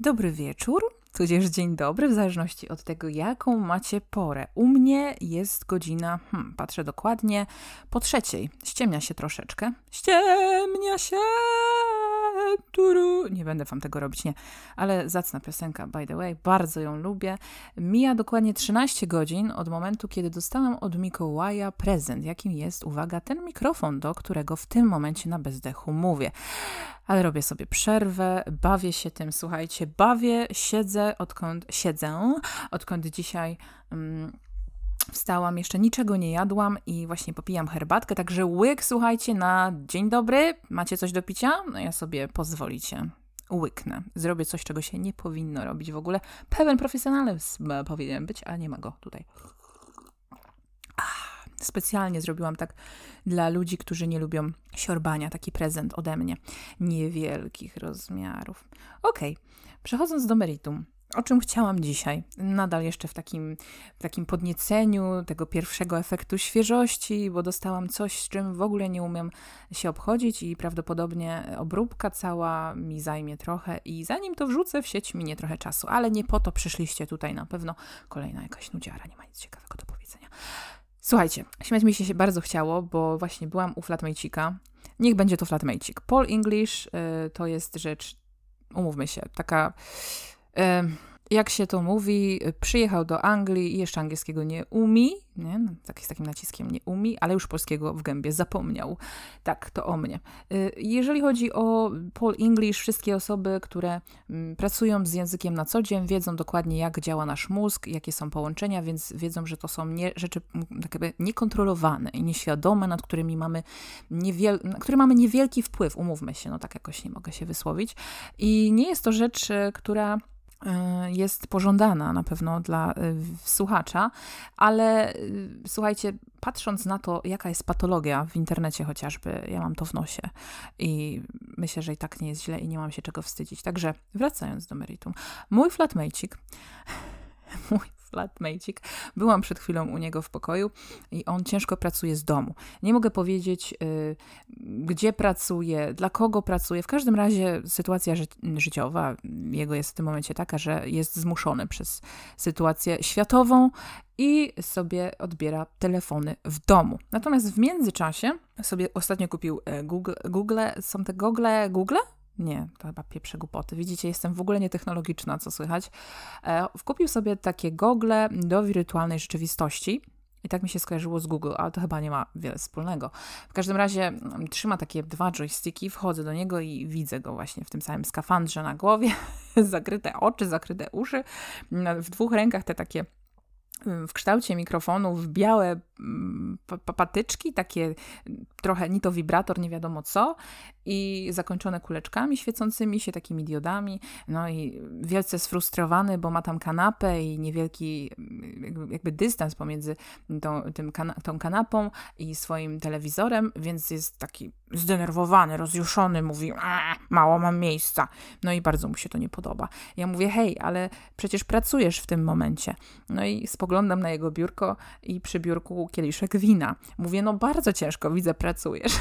Dobry wieczór, tudzież dzień dobry, w zależności od tego, jaką macie porę. U mnie jest godzina, patrzę dokładnie, po 3:00. Ściemnia się troszeczkę. Ściemnia się! Turu. Nie będę wam tego robić, nie. Ale zacna piosenka, by the way, bardzo ją lubię. Mija dokładnie 13 godzin od momentu, kiedy dostałam od Mikołaja prezent, jakim jest, uwaga, ten mikrofon, do którego w tym momencie na bezdechu mówię. Ale robię sobie przerwę, bawię się tym, słuchajcie, siedzę, odkąd dzisiaj wstałam, jeszcze niczego nie jadłam i właśnie popijam herbatkę, także łyk, słuchajcie, na dzień dobry, macie coś do picia? No ja sobie pozwolicie, łyknę. Zrobię coś, czego się nie powinno robić w ogóle. Pełen profesjonalizm powinien być, a nie ma go tutaj. Specjalnie zrobiłam tak dla ludzi, którzy nie lubią siorbania. Taki prezent ode mnie. Niewielkich rozmiarów. Okej, przechodząc do meritum. O czym chciałam dzisiaj? Nadal jeszcze w takim podnieceniu tego pierwszego efektu świeżości, bo dostałam coś, z czym w ogóle nie umiem się obchodzić i prawdopodobnie obróbka cała mi zajmie trochę i zanim to wrzucę w sieć, minie trochę czasu. Ale nie po to przyszliście tutaj na pewno. Kolejna jakaś nudziara, nie ma nic ciekawego do powiedzenia. Słuchajcie, śmiać mi się bardzo chciało, bo właśnie byłam u flatmate'ika. Niech będzie to flatmate'ik. Paul English to jest rzecz, umówmy się, taka, jak się to mówi, przyjechał do Anglii i jeszcze angielskiego nie umie, nie? Tak, z takim naciskiem nie umie, ale już polskiego w gębie zapomniał. Tak, to o mnie. Jeżeli chodzi o Paul English, wszystkie osoby, które pracują z językiem na co dzień, wiedzą dokładnie, jak działa nasz mózg, jakie są połączenia, więc wiedzą, że to są rzeczy tak jakby niekontrolowane i nieświadome, nad którymi mamy niewielki wpływ, umówmy się, no tak jakoś nie mogę się wysłowić. I nie jest to rzecz, która jest pożądana na pewno dla słuchacza, ale słuchajcie, patrząc na to, jaka jest patologia w internecie chociażby, ja mam to w nosie i myślę, że i tak nie jest źle i nie mam się czego wstydzić. Także wracając do meritum. Mój flatmate'ik, byłam przed chwilą u niego w pokoju i on ciężko pracuje z domu. Nie mogę powiedzieć, gdzie pracuje, dla kogo pracuje. W każdym razie sytuacja życiowa jego jest w tym momencie taka, że jest zmuszony przez sytuację światową i sobie odbiera telefony w domu. Natomiast w międzyczasie sobie ostatnio kupił są te Google? Nie, to chyba pieprze głupoty. Widzicie, jestem w ogóle nietechnologiczna, co słychać. Kupił sobie takie gogle do wirtualnej rzeczywistości i tak mi się skojarzyło z Google, ale to chyba nie ma wiele wspólnego. W każdym razie trzyma takie 2 joysticki, wchodzę do niego i widzę go właśnie w tym samym skafandrze na głowie, zakryte oczy, zakryte uszy, w 2 rękach te takie w kształcie mikrofonów białe patyczki, takie trochę ni to wibrator, nie wiadomo co, i zakończone kuleczkami świecącymi się, takimi diodami, no i wielce sfrustrowany, bo ma tam kanapę i niewielki jakby dystans pomiędzy tą kanapą i swoim telewizorem, więc jest taki zdenerwowany, rozjuszony, mówi, mało mam miejsca, no i bardzo mu się to nie podoba. Ja mówię, hej, ale przecież pracujesz w tym momencie. No i spoglądam na jego biurko i przy biurku kieliszek wina. Mówię, no bardzo ciężko, widzę, pracujesz.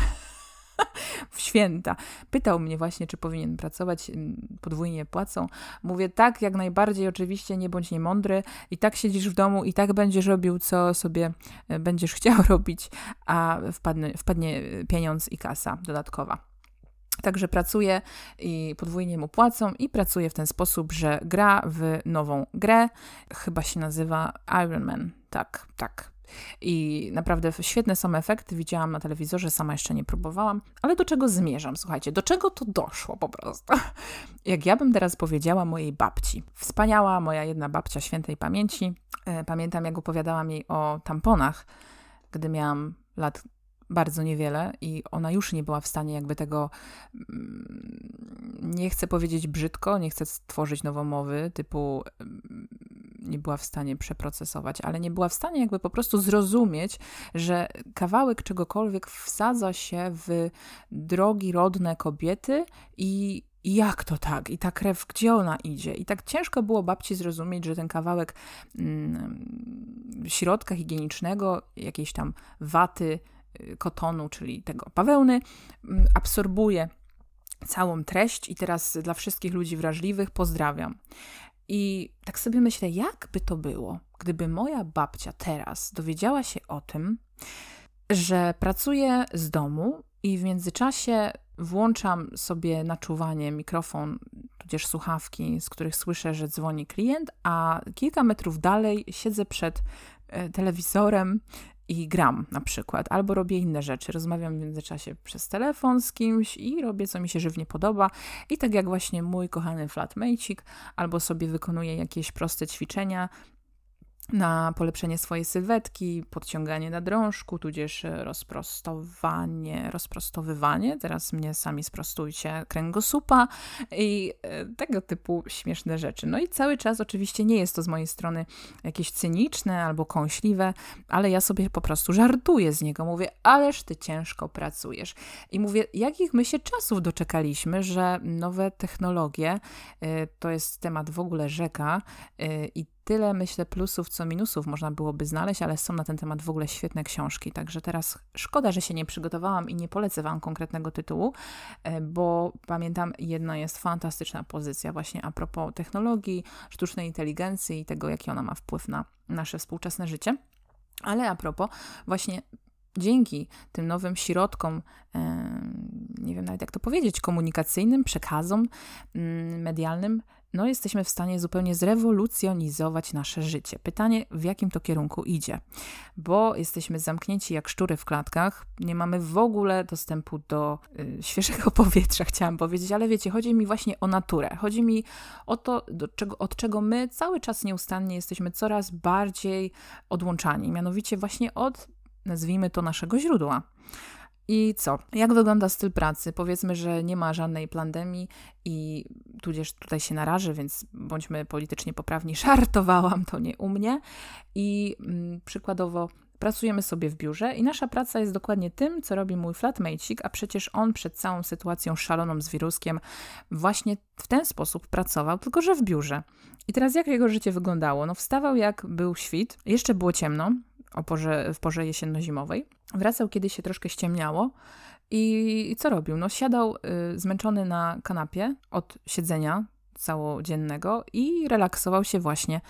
W święta. Pytał mnie właśnie, czy powinien pracować, podwójnie płacą. Mówię, tak, jak najbardziej, oczywiście, nie bądź niemądry. I tak siedzisz w domu, i tak będziesz robił, co sobie będziesz chciał robić, a wpadnie pieniądz i kasa dodatkowa. Także pracuje i podwójnie mu płacą i pracuje w ten sposób, że gra w nową grę. Chyba się nazywa Iron Man. Tak. I naprawdę świetne są efekty, widziałam na telewizorze, sama jeszcze nie próbowałam, ale do czego zmierzam, słuchajcie, do czego to doszło po prostu? Jak ja bym teraz powiedziała mojej babci, wspaniała moja jedna babcia świętej pamięci, pamiętam jak opowiadałam jej o tamponach, gdy miałam lat bardzo niewiele i ona już nie była w stanie jakby tego, nie chcę powiedzieć brzydko, nie chcę stworzyć nowomowy typu nie była w stanie przeprocesować, ale nie była w stanie jakby po prostu zrozumieć, że kawałek czegokolwiek wsadza się w drogi rodne kobiety i jak to tak? I ta krew, gdzie ona idzie? I tak ciężko było babci zrozumieć, że ten kawałek środka higienicznego, jakiejś tam waty, kotonu, czyli tego bawełny, absorbuje całą treść i teraz dla wszystkich ludzi wrażliwych pozdrawiam. I tak sobie myślę, jak by to było, gdyby moja babcia teraz dowiedziała się o tym, że pracuję z domu i w międzyczasie włączam sobie na czuwanie mikrofon, tudzież słuchawki, z których słyszę, że dzwoni klient, a kilka metrów dalej siedzę przed telewizorem i gram na przykład, albo robię inne rzeczy. Rozmawiam w międzyczasie przez telefon z kimś i robię, co mi się żywnie podoba. I tak jak właśnie mój kochany flatmate'cik, albo sobie wykonuję jakieś proste ćwiczenia na polepszenie swojej sylwetki, podciąganie na drążku, tudzież rozprostowywanie, teraz mnie sami sprostujcie, kręgosłupa i tego typu śmieszne rzeczy. No i cały czas oczywiście nie jest to z mojej strony jakieś cyniczne albo kąśliwe, ale ja sobie po prostu żartuję z niego, mówię, ależ ty ciężko pracujesz. I mówię, jakich my się czasów doczekaliśmy, że nowe technologie, to jest temat w ogóle rzeka i tyle, myślę, plusów, co minusów można byłoby znaleźć, ale są na ten temat w ogóle świetne książki, także teraz szkoda, że się nie przygotowałam i nie polecę wam konkretnego tytułu, bo pamiętam, jedna jest fantastyczna pozycja właśnie a propos technologii, sztucznej inteligencji i tego, jaki ona ma wpływ na nasze współczesne życie, ale a propos właśnie dzięki tym nowym środkom, nie wiem nawet jak to powiedzieć, komunikacyjnym, przekazom medialnym, no jesteśmy w stanie zupełnie zrewolucjonizować nasze życie. Pytanie, w jakim to kierunku idzie? Bo jesteśmy zamknięci jak szczury w klatkach, nie mamy w ogóle dostępu do świeżego powietrza, chciałam powiedzieć, ale wiecie, chodzi mi właśnie o naturę. Chodzi mi o to, od czego my cały czas nieustannie jesteśmy coraz bardziej odłączani, mianowicie właśnie od, nazwijmy to, naszego źródła. I co? Jak wygląda styl pracy? Powiedzmy, że nie ma żadnej pandemii i tudzież tutaj się narażę, więc bądźmy politycznie poprawni. Żartowałam, to nie u mnie. I przykładowo pracujemy sobie w biurze i nasza praca jest dokładnie tym, co robi mój flatmate'cik, a przecież on przed całą sytuacją szaloną z wiruskiem właśnie w ten sposób pracował, tylko że w biurze. I teraz jak jego życie wyglądało? No wstawał jak był świt, jeszcze było ciemno, w porze jesienno-zimowej. Wracał, kiedy się troszkę ściemniało i co robił? No siadał zmęczony na kanapie od siedzenia całodziennego i relaksował się właśnie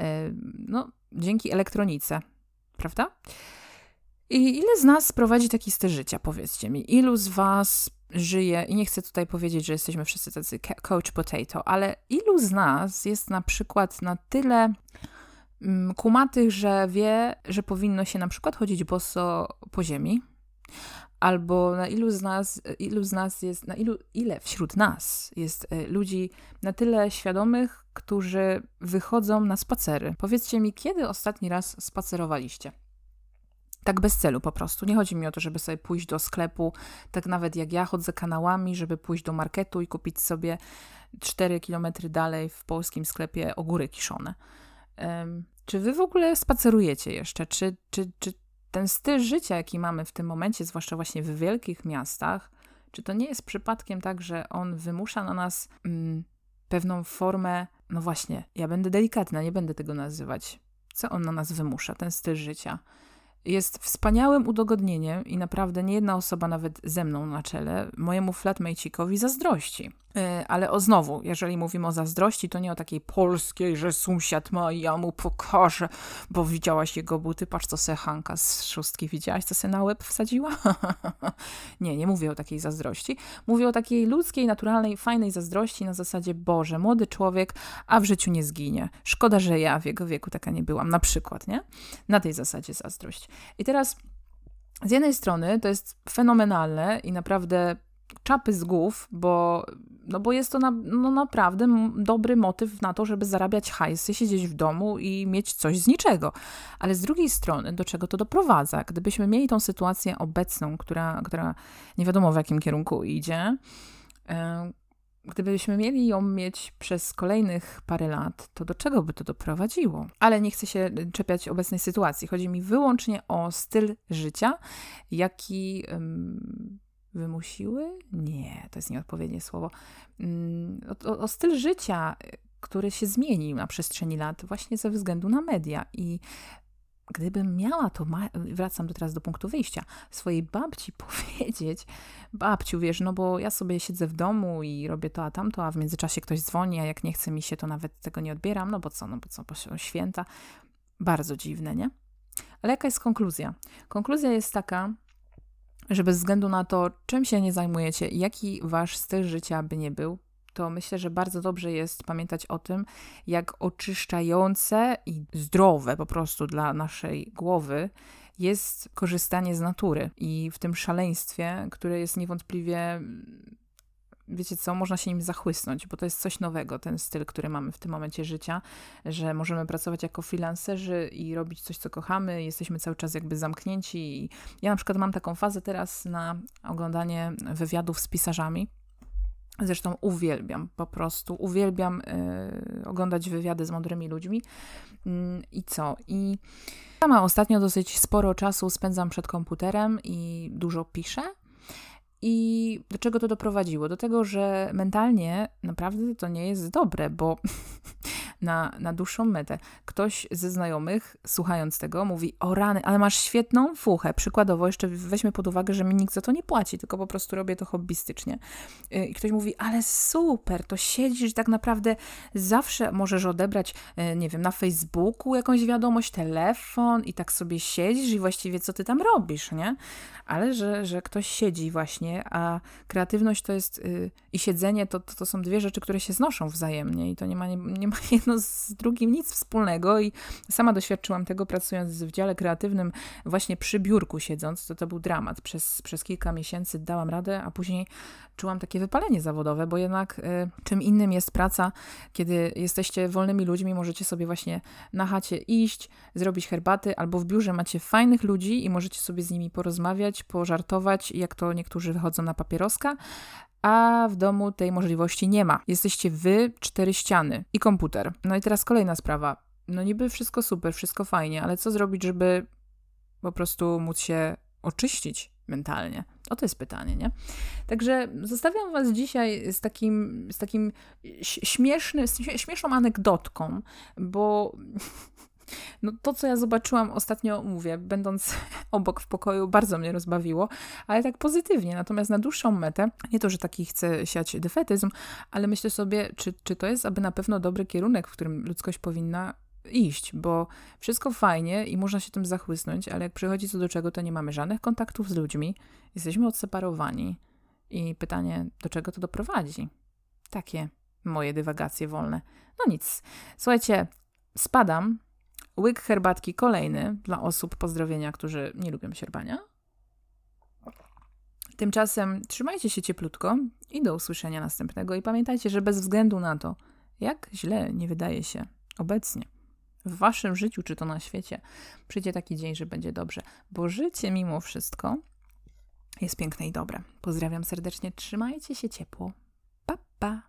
dzięki elektronice, prawda? I ile z nas prowadzi taki styl życia? Powiedzcie mi, ilu z was żyje, i nie chcę tutaj powiedzieć, że jesteśmy wszyscy tacy couch potato, ale ilu z nas jest na przykład na tyle kumatych, że wie, że powinno się na przykład chodzić boso po ziemi, albo ile wśród nas jest ludzi na tyle świadomych, którzy wychodzą na spacery. Powiedzcie mi, kiedy ostatni raz spacerowaliście? Tak bez celu po prostu. Nie chodzi mi o to, żeby sobie pójść do sklepu, tak nawet jak ja chodzę kanałami, żeby pójść do marketu i kupić sobie 4 kilometry dalej w polskim sklepie ogóry kiszone. Czy wy w ogóle spacerujecie jeszcze? Czy ten styl życia, jaki mamy w tym momencie, zwłaszcza właśnie w wielkich miastach, czy to nie jest przypadkiem tak, że on wymusza na nas pewną formę, no właśnie, ja będę delikatna, nie będę tego nazywać. Co on na nas wymusza, ten styl życia? Jest wspaniałym udogodnieniem i naprawdę nie jedna osoba nawet ze mną na czele mojemu flatmate'cikowi zazdrości. Ale znowu, jeżeli mówimy o zazdrości, to nie o takiej polskiej, że sąsiad ma i ja mu pokażę, bo widziałaś jego buty, patrz co se Hanka z 6 widziałaś, co se na łeb wsadziła? Nie mówię o takiej zazdrości. Mówię o takiej ludzkiej, naturalnej, fajnej zazdrości na zasadzie, Boże, młody człowiek, a w życiu nie zginie. Szkoda, że ja w jego wieku taka nie byłam, na przykład, nie? Na tej zasadzie zazdrość. I teraz z jednej strony to jest fenomenalne i naprawdę czapy z głów, bo jest to naprawdę dobry motyw na to, żeby zarabiać hajsy, siedzieć w domu i mieć coś z niczego. Ale z drugiej strony, do czego to doprowadza? Gdybyśmy mieli tą sytuację obecną, która nie wiadomo w jakim kierunku idzie, gdybyśmy mieli ją mieć przez kolejnych parę lat, to do czego by to doprowadziło? Ale nie chcę się czepiać obecnej sytuacji. Chodzi mi wyłącznie o styl życia, jaki wymusiły? Nie, to jest nieodpowiednie słowo. O styl życia, który się zmienił na przestrzeni lat właśnie ze względu na media. I gdybym miała to, wracam teraz do punktu wyjścia, swojej babci powiedzieć, babciu, wiesz, no bo ja sobie siedzę w domu i robię to, a tamto, a w międzyczasie ktoś dzwoni, a jak nie chce mi się, to nawet tego nie odbieram, no bo są święta. Bardzo dziwne, nie? Ale jaka jest konkluzja? Konkluzja jest taka, że bez względu na to, czym się nie zajmujecie, jaki wasz styl życia by nie był, to myślę, że bardzo dobrze jest pamiętać o tym, jak oczyszczające i zdrowe po prostu dla naszej głowy jest korzystanie z natury i w tym szaleństwie, które jest niewątpliwie, wiecie co, można się nim zachłysnąć, bo to jest coś nowego, ten styl, który mamy w tym momencie życia, że możemy pracować jako freelancerzy i robić coś, co kochamy, jesteśmy cały czas jakby zamknięci. I ja na przykład mam taką fazę teraz na oglądanie wywiadów z pisarzami. Zresztą po prostu uwielbiam oglądać wywiady z mądrymi ludźmi. I co? I sama ostatnio dosyć sporo czasu spędzam przed komputerem i dużo piszę. I do czego to doprowadziło? Do tego, że mentalnie naprawdę to nie jest dobre, bo na dłuższą metę ktoś ze znajomych, słuchając tego, mówi: o rany, ale masz świetną fuchę. Przykładowo jeszcze weźmy pod uwagę, że mi nikt za to nie płaci, tylko po prostu robię to hobbystycznie. I ktoś mówi: ale super, to siedzisz tak naprawdę zawsze możesz odebrać, nie wiem, na Facebooku jakąś wiadomość, telefon i tak sobie siedzisz i właściwie co ty tam robisz, nie? Ale że ktoś siedzi właśnie, a kreatywność to jest i siedzenie to są dwie rzeczy, które się znoszą wzajemnie i to nie ma jedno z drugim nic wspólnego i sama doświadczyłam tego, pracując w dziale kreatywnym, właśnie przy biurku siedząc, to był dramat. Przez kilka miesięcy dałam radę, a później czułam takie wypalenie zawodowe, bo jednak czym innym jest praca, kiedy jesteście wolnymi ludźmi, możecie sobie właśnie na chacie iść, zrobić herbaty, albo w biurze macie fajnych ludzi i możecie sobie z nimi porozmawiać, pożartować, jak to niektórzy wychodzą na papieroska, a w domu tej możliwości nie ma. Jesteście wy, 4 ściany i komputer. No i teraz kolejna sprawa. No niby wszystko super, wszystko fajnie, ale co zrobić, żeby po prostu móc się oczyścić mentalnie? Oto jest pytanie, nie? Także zostawiam was dzisiaj z takim śmieszną anegdotką, bo no to, co ja zobaczyłam ostatnio, mówię, będąc obok w pokoju, bardzo mnie rozbawiło, ale tak pozytywnie. Natomiast na dłuższą metę, nie to, że taki chcę siać defetyzm, ale myślę sobie, czy to jest aby na pewno dobry kierunek, w którym ludzkość powinna iść, bo wszystko fajnie i można się tym zachłysnąć, ale jak przychodzi co do czego, to nie mamy żadnych kontaktów z ludźmi, jesteśmy odseparowani i pytanie, do czego to doprowadzi? Takie moje dywagacje wolne. No nic. Słuchajcie, spadam. Łyk herbatki kolejny dla osób, pozdrowienia, którzy nie lubią sierbania. Tymczasem trzymajcie się cieplutko i do usłyszenia następnego. I pamiętajcie, że bez względu na to, jak źle nie wydaje się obecnie w waszym życiu, czy to na świecie, przyjdzie taki dzień, że będzie dobrze. Bo życie mimo wszystko jest piękne i dobre. Pozdrawiam serdecznie, trzymajcie się ciepło. Pa, pa!